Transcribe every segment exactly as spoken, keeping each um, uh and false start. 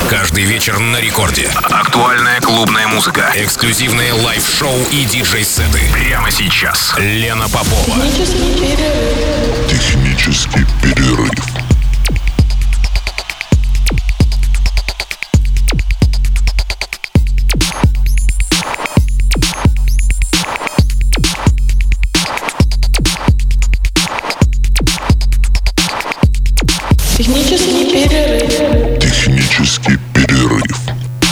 Каждый вечер на рекорде. Актуальная клубная музыка, эксклюзивные лайв-шоу и диджей-сеты. Прямо сейчас. Лена Попова. Технический перерыв. Технический перерыв. Технический перерыв.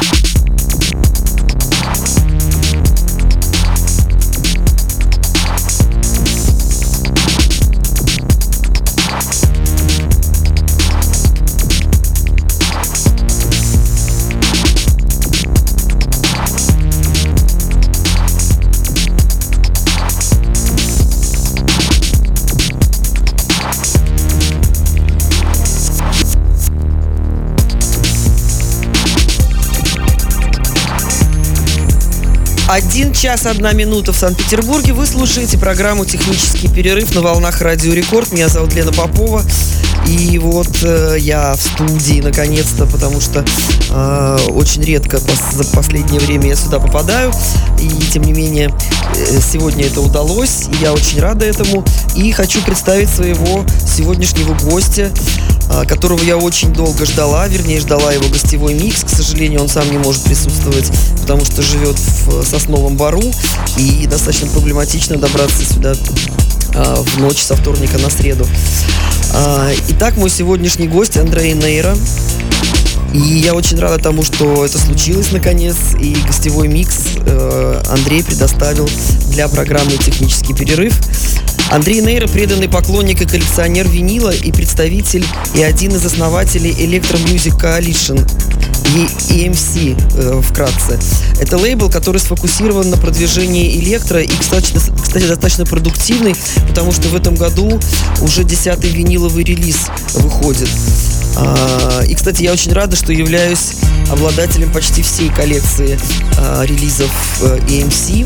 Один час, одна минута в Санкт-Петербурге. Вы слушаете программу «Технический перерыв» на волнах Радио Рекорд. Меня зовут Лена Попова. И вот э, я в студии наконец-то, потому что э, очень редко пос- за последнее время я сюда попадаю. И тем не менее, э, сегодня это удалось. И я очень рада этому. И хочу представить своего сегодняшнего гостя, э, которого я очень долго ждала. Вернее, ждала его гостевой микс. К сожалению, он сам не может присутствовать, потому что живет в Сосновом Бору. И достаточно проблематично добраться сюда э, в ночь со вторника на среду. Итак, мой сегодняшний гость Андрей Нейра. И я очень рада тому, что это случилось наконец. И гостевой микс э, Андрей предоставил для программы «Технический перерыв». Андрей Нейра — преданный поклонник и коллекционер винила, и представитель и один из основателей Electro Music Coalition, и эм си э, вкратце. Это лейбл, который сфокусирован на продвижении электро и, кстати, кстати, достаточно продуктивный, потому что в этом году уже десятый виниловый релиз выходит. А, и, кстати, я очень рада, что являюсь обладателем почти всей коллекции а, релизов а, и эм си.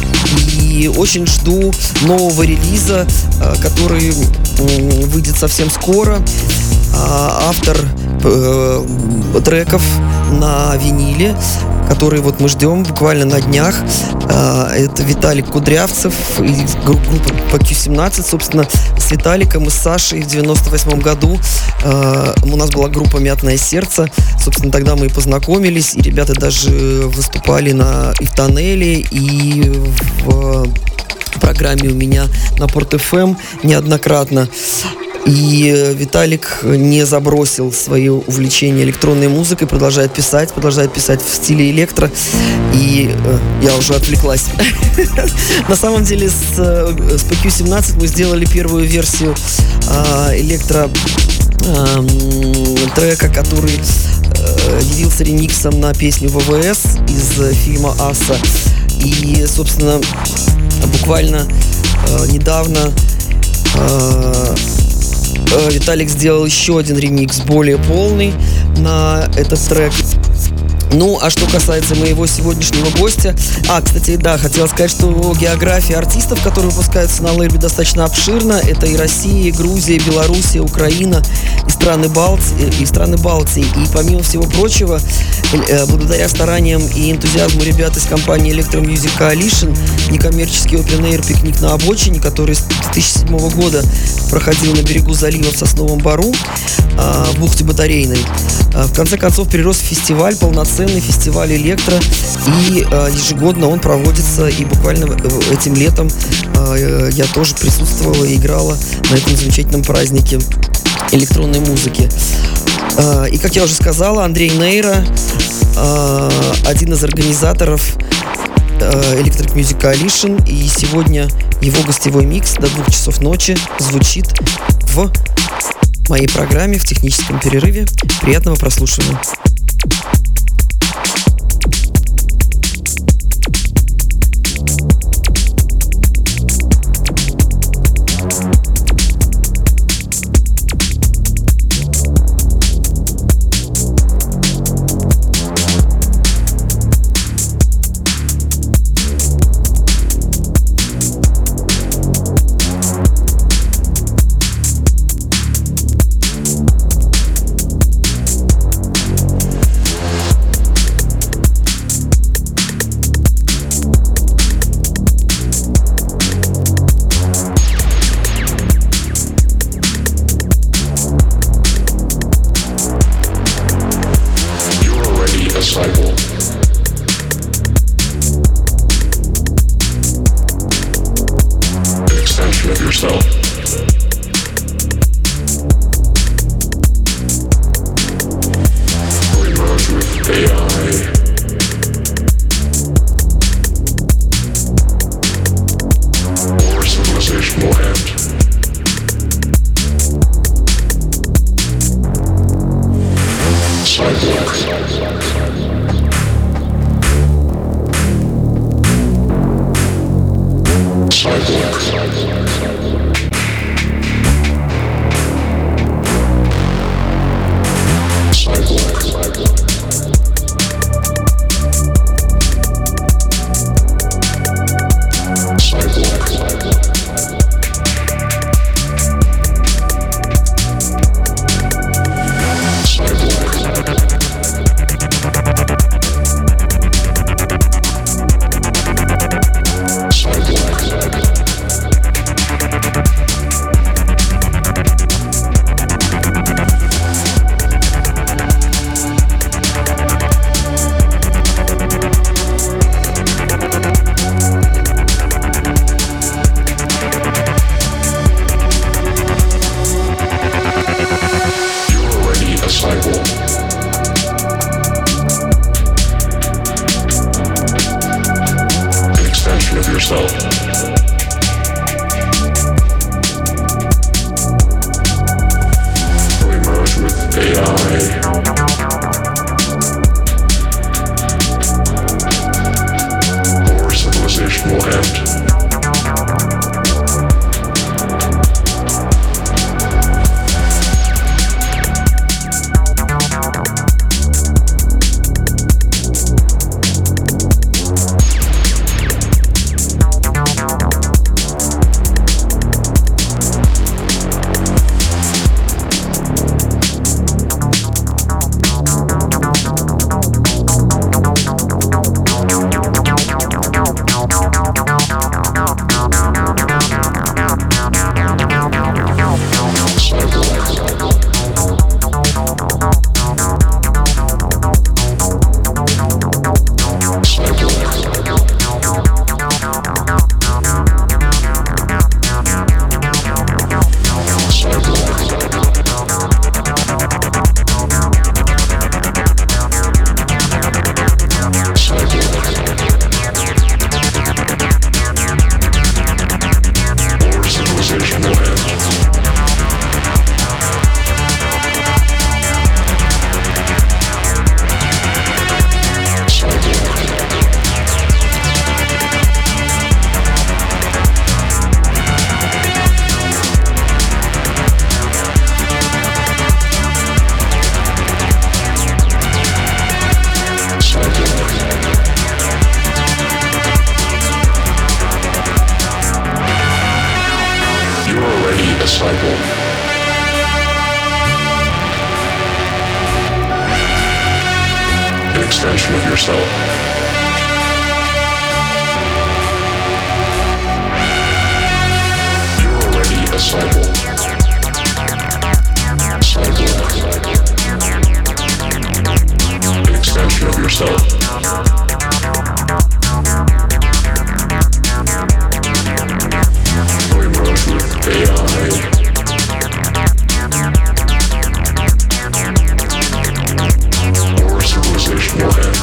И очень жду нового релиза, а, который м, выйдет совсем скоро. А, автор э, треков на виниле, который вот мы ждем буквально на днях. Это Виталик Кудрявцев и группа пэ кью семнадцать. Собственно, с Виталиком и с Сашей в девяносто восьмом году у нас была группа «Мятное сердце». Собственно, тогда мы и познакомились, и ребята даже выступали на, и в «Тоннеле», и в программе у меня на Порт эф эм неоднократно. И Виталик не забросил свое увлечение электронной музыкой, продолжает писать, продолжает писать в стиле электро. И э, я уже отвлеклась. На самом деле с, с пэ кью семнадцать мы сделали первую версию э, электро э, трека, который э, явился ремиксом на песню вэ вэ эс из фильма «Аса». И, собственно, буквально э, недавно э, Виталик сделал еще один ремикс, более полный, на этот трек. Ну, а что касается моего сегодняшнего гостя... А, кстати, да, хотела сказать, что география артистов, которые выпускаются на лейбле, достаточно обширна. Это и Россия, и Грузия, и Белоруссия, Украина, и страны Балтии, и страны Балтии. И помимо всего прочего, благодаря стараниям и энтузиазму ребят из компании Electro Music Coalition, некоммерческий open-air «Пикник на обочине», который с две тысячи седьмого года проходил на берегу залива в Сосновом Бору, в бухте Батарейной, в конце концов перерос в фестиваль, полноценный фестиваль электро, и ежегодно он проводится, и буквально этим летом я тоже присутствовала и играла на этом замечательном празднике электронной музыки. И, как я уже сказала, Андрей Нейра, один из организаторов Electro Music Coalition, и сегодня его гостевой микс до двух часов ночи звучит в моей программе в техническом перерыве. Приятного прослушивания. extension of yourself. You're already a cyborg. Cyborg. An extension of yourself. We merge with A I. Civilization will end.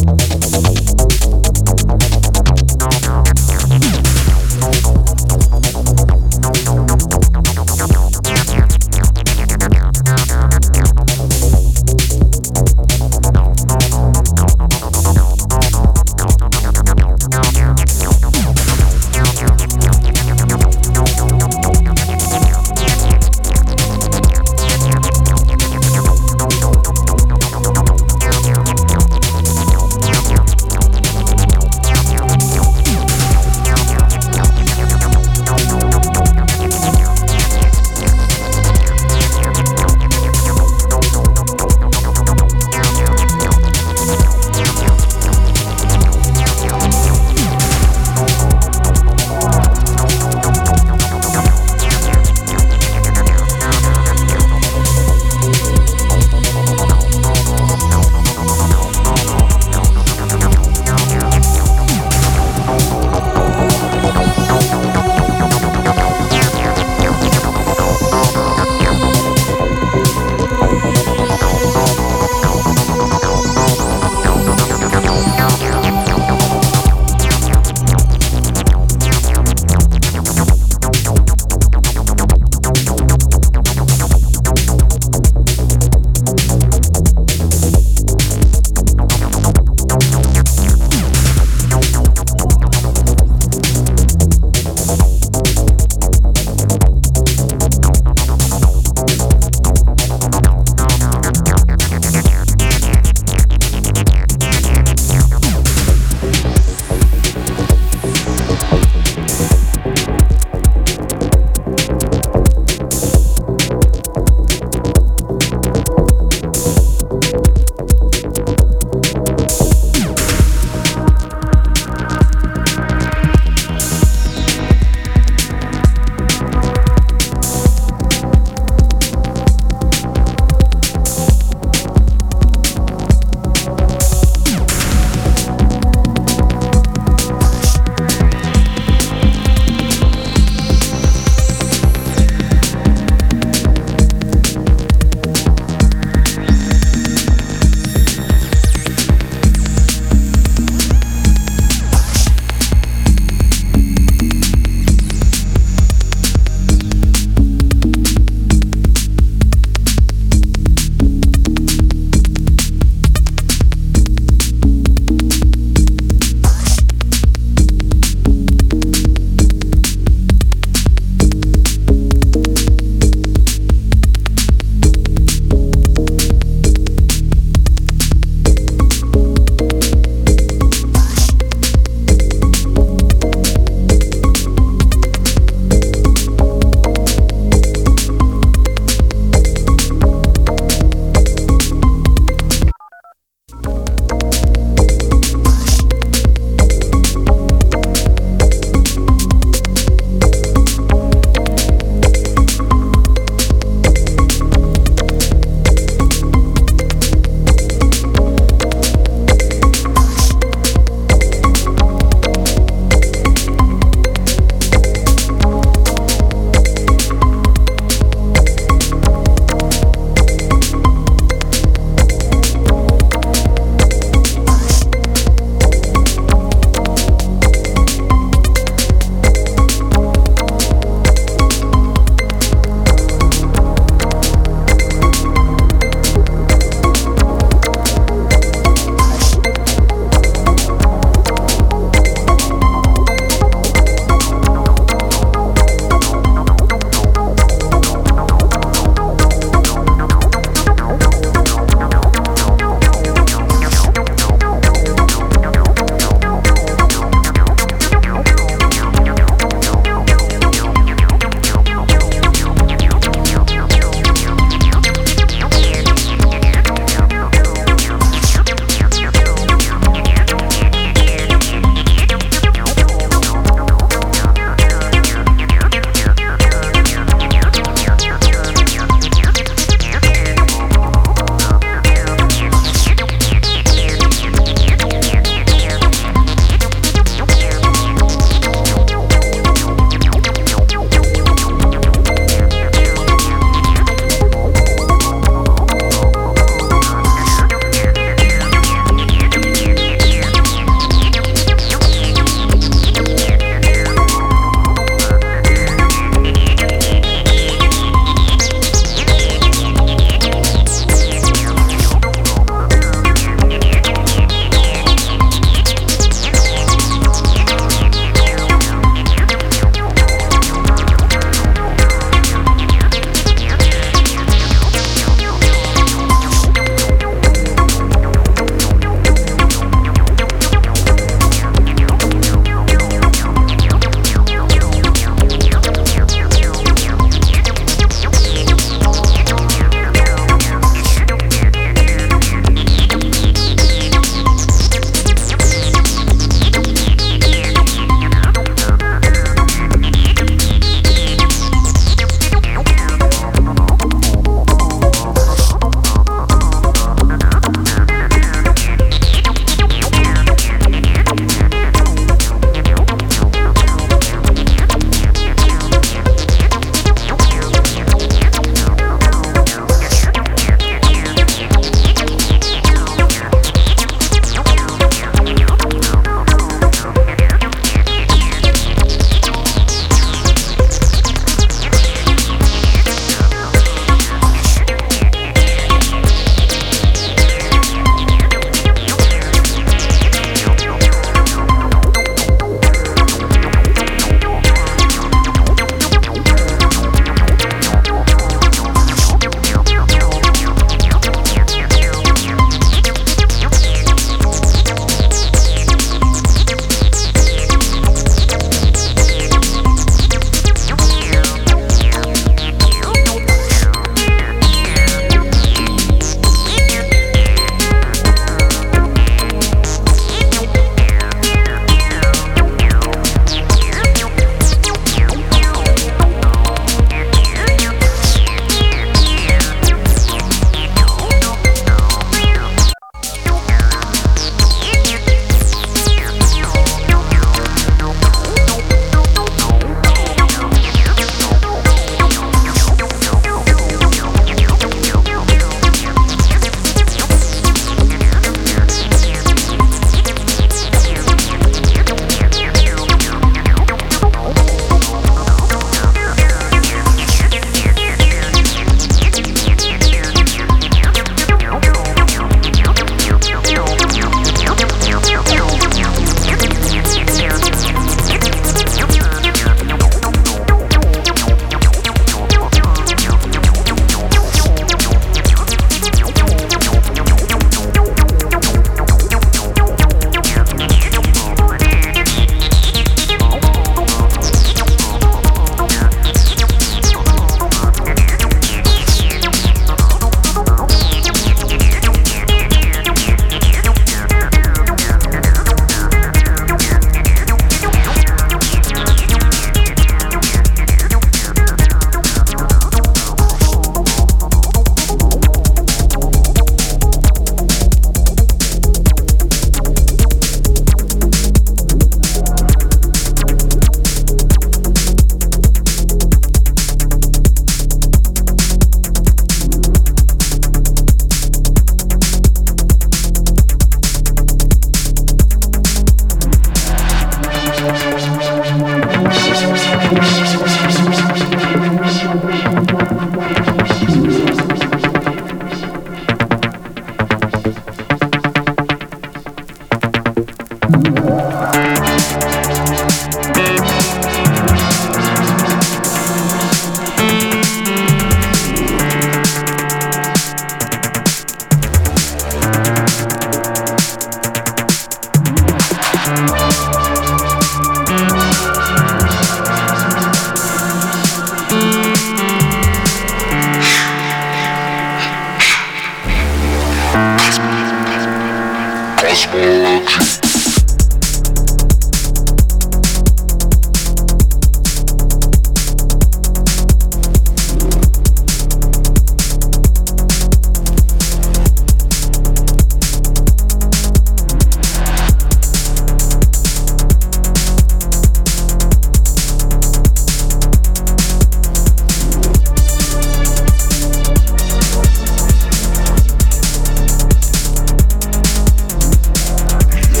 Yeah.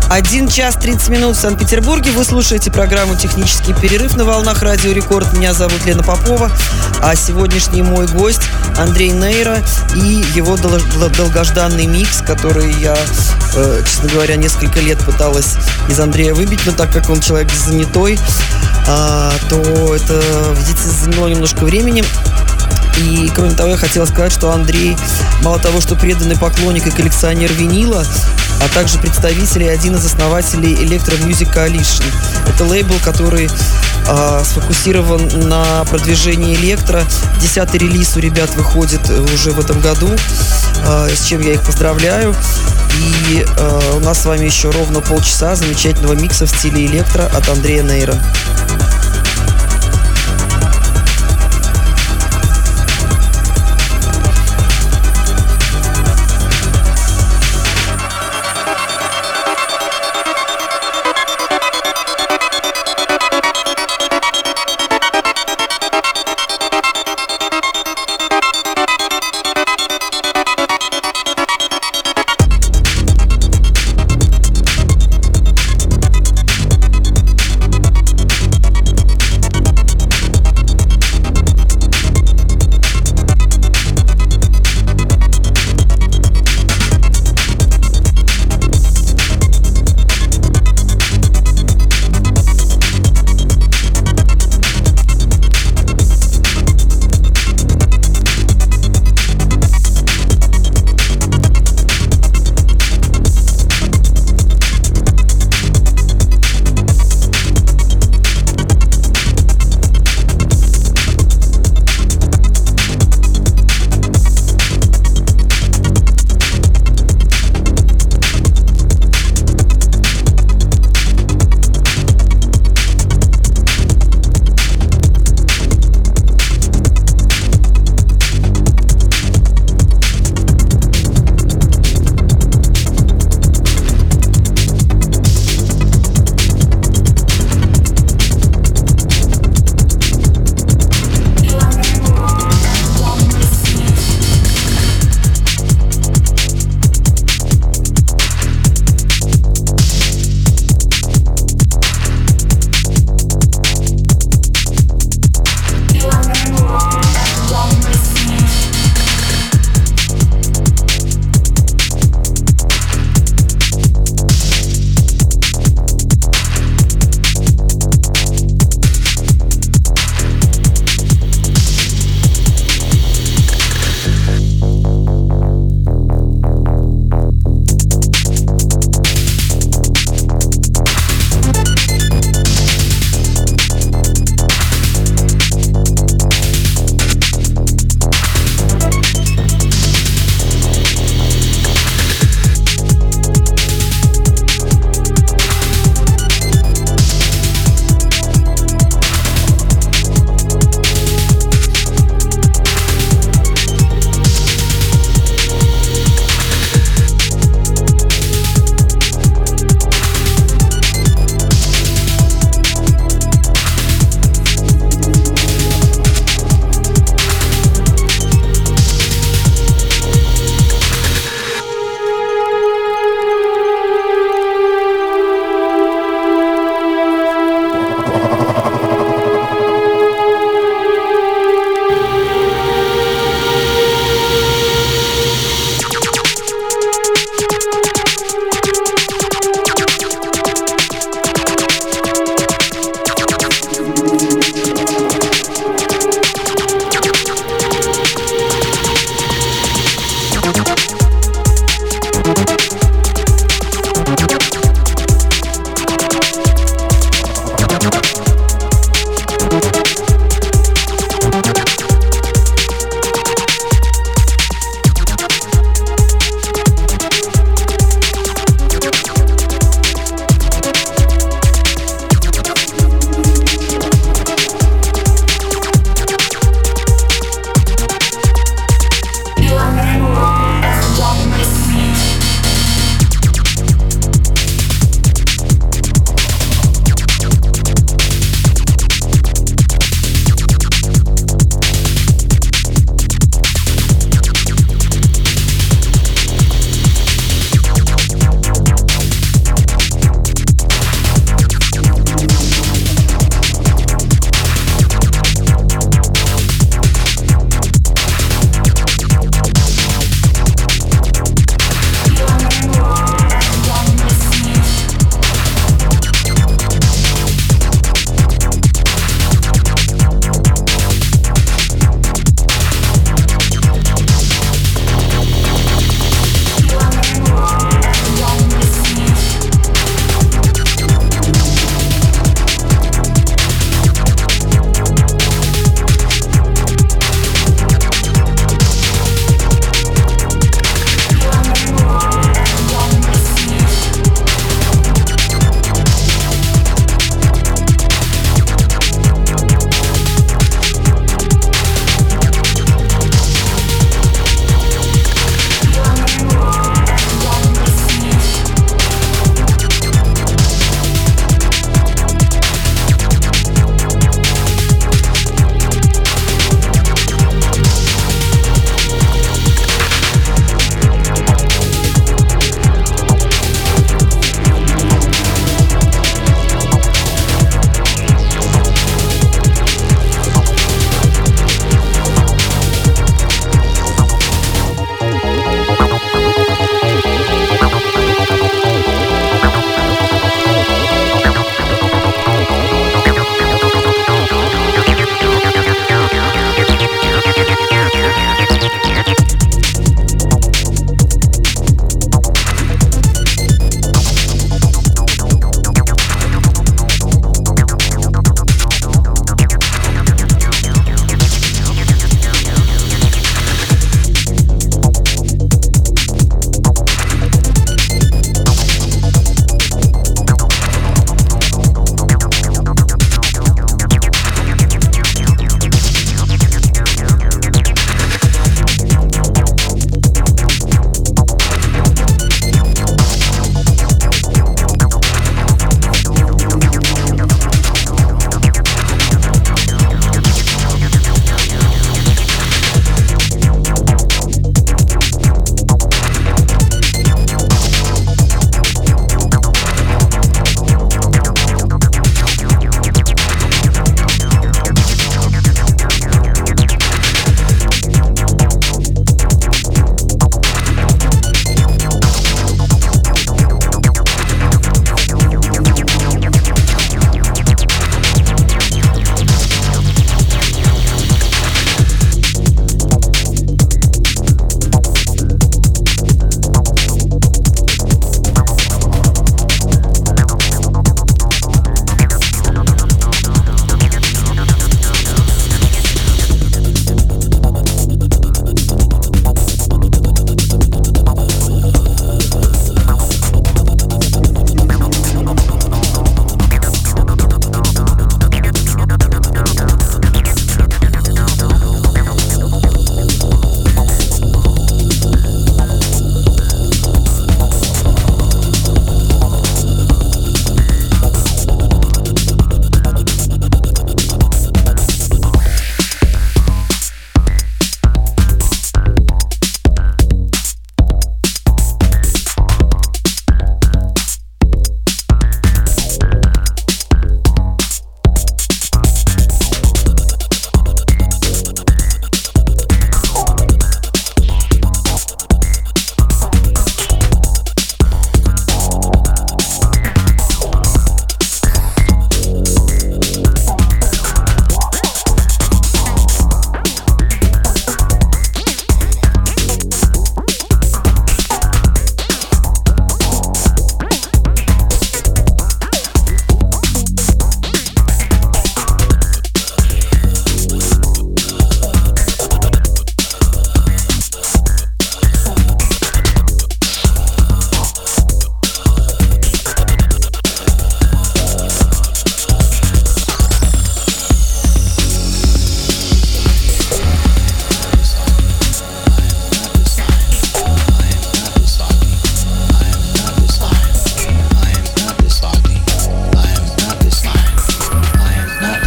один час тридцать минут в Санкт-Петербурге. Вы слушаете программу «Технический перерыв» на волнах Радио Рекорд. Меня зовут Лена Попова. А сегодняшний мой гость Андрей Нейро и его дол- долгожданный микс, который я, э, честно говоря, несколько лет пыталась из Андрея выбить, но так как он человек занятой, а, то это, видите, заняло немножко времени. И, кроме того, я хотела сказать, что Андрей, мало того, что преданный поклонник и коллекционер винила, а также представитель и один из основателей Electro Music Coalition. Это лейбл, который э, сфокусирован на продвижении электро. Десятый релиз у ребят выходит уже в этом году, э, с чем я их поздравляю. И э, у нас с вами еще ровно полчаса замечательного микса в стиле электро от Андрея Нейро.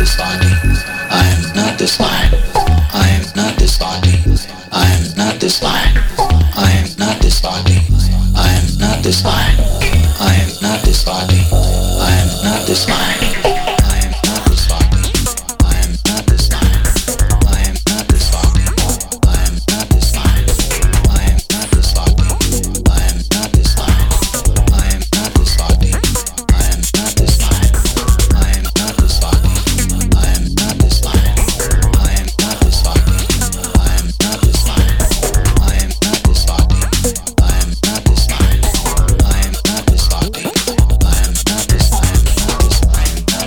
I am not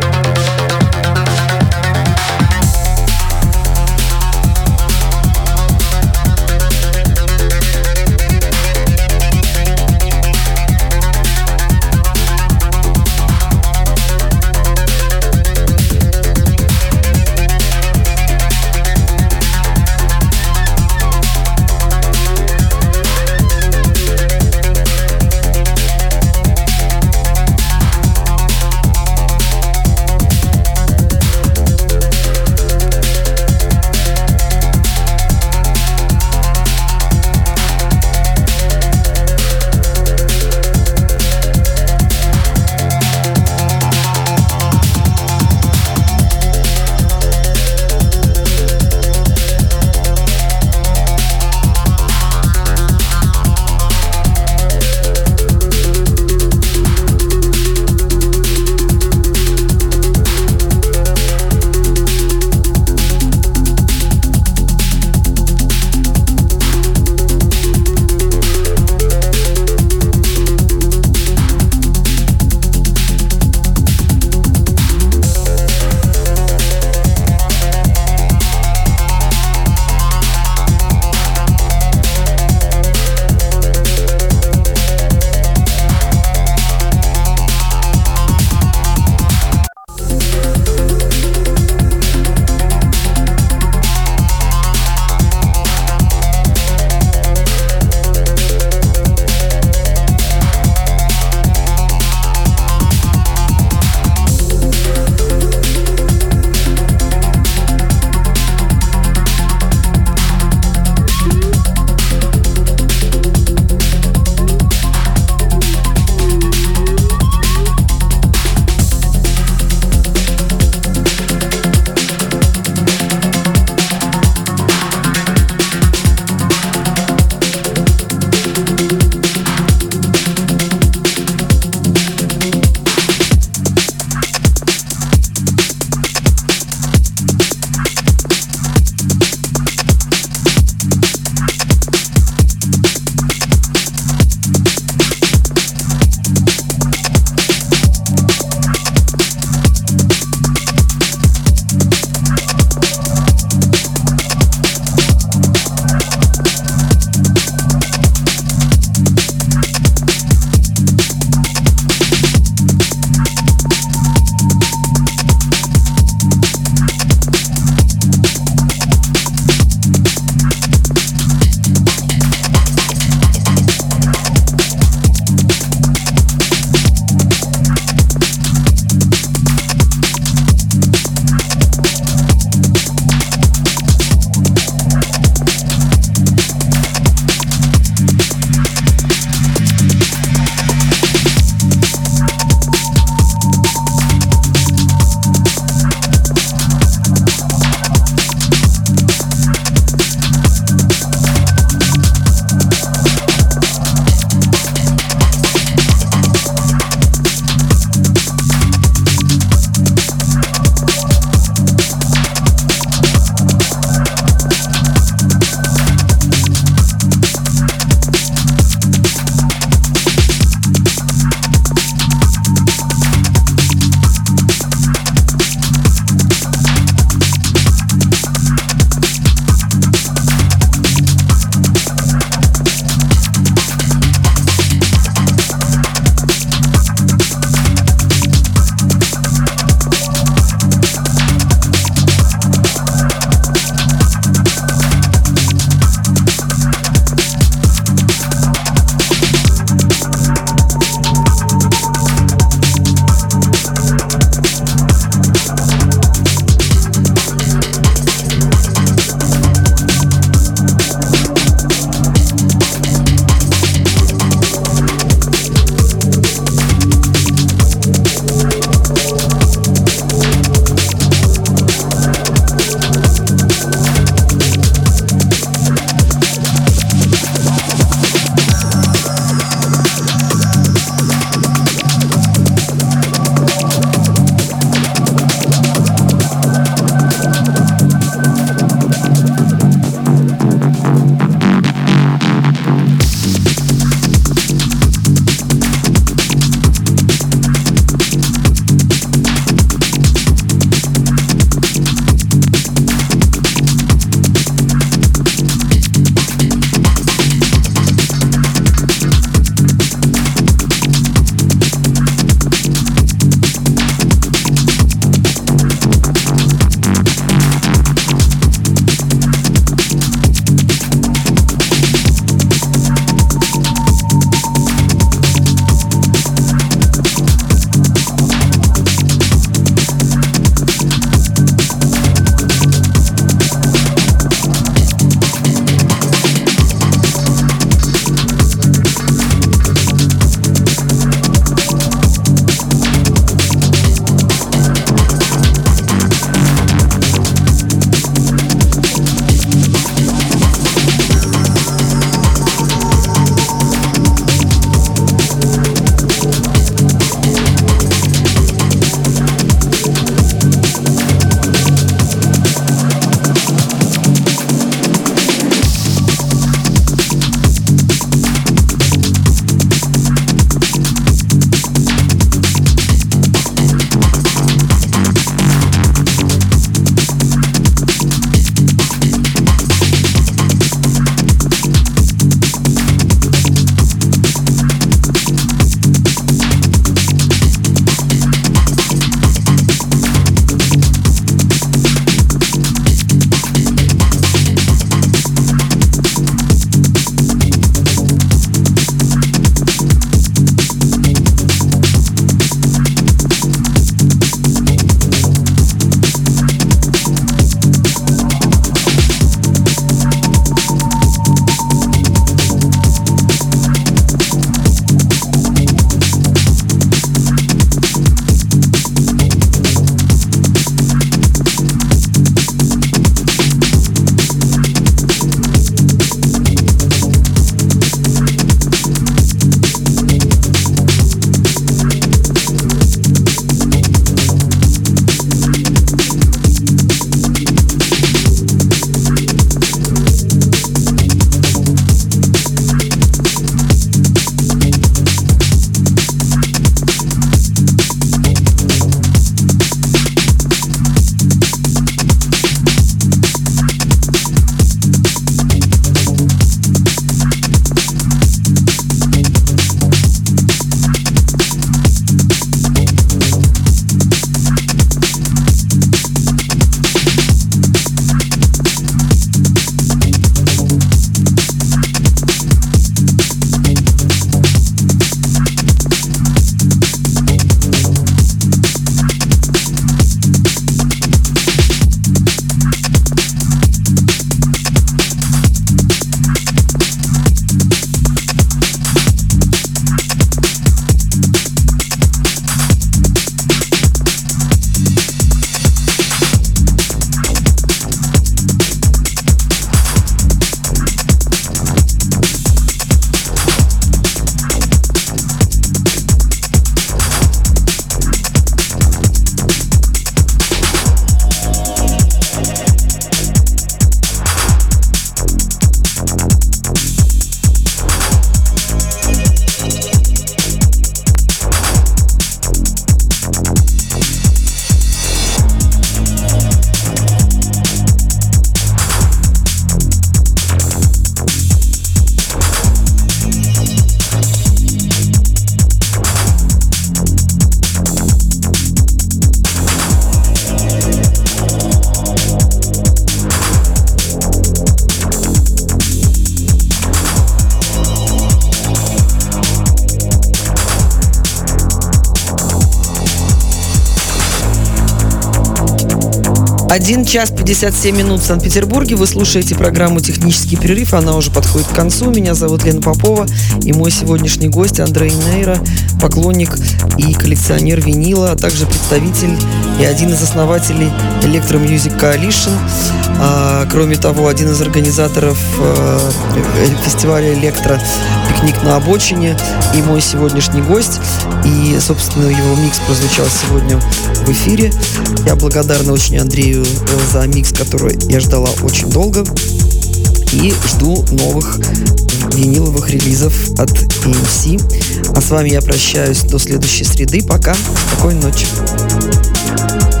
один час пятьдесят семь минут в Санкт-Петербурге. Вы слушаете программу «Технический перерыв». Она уже подходит к концу. Меня зовут Лена Попова. И мой сегодняшний гость Андрей Нейра, поклонник и коллекционер винила, а также представитель и один из основателей Electro Music Coalition. А, кроме того, один из организаторов а, фестиваля «Электро. Пикник на обочине». И мой сегодняшний гость. И, собственно, его микс прозвучал сегодня в эфире. Я благодарна очень Андрею за микс, который я ждала очень долго. И жду новых виниловых релизов от эй эм си. А с вами я прощаюсь до следующей среды. Пока. Спокойной ночи.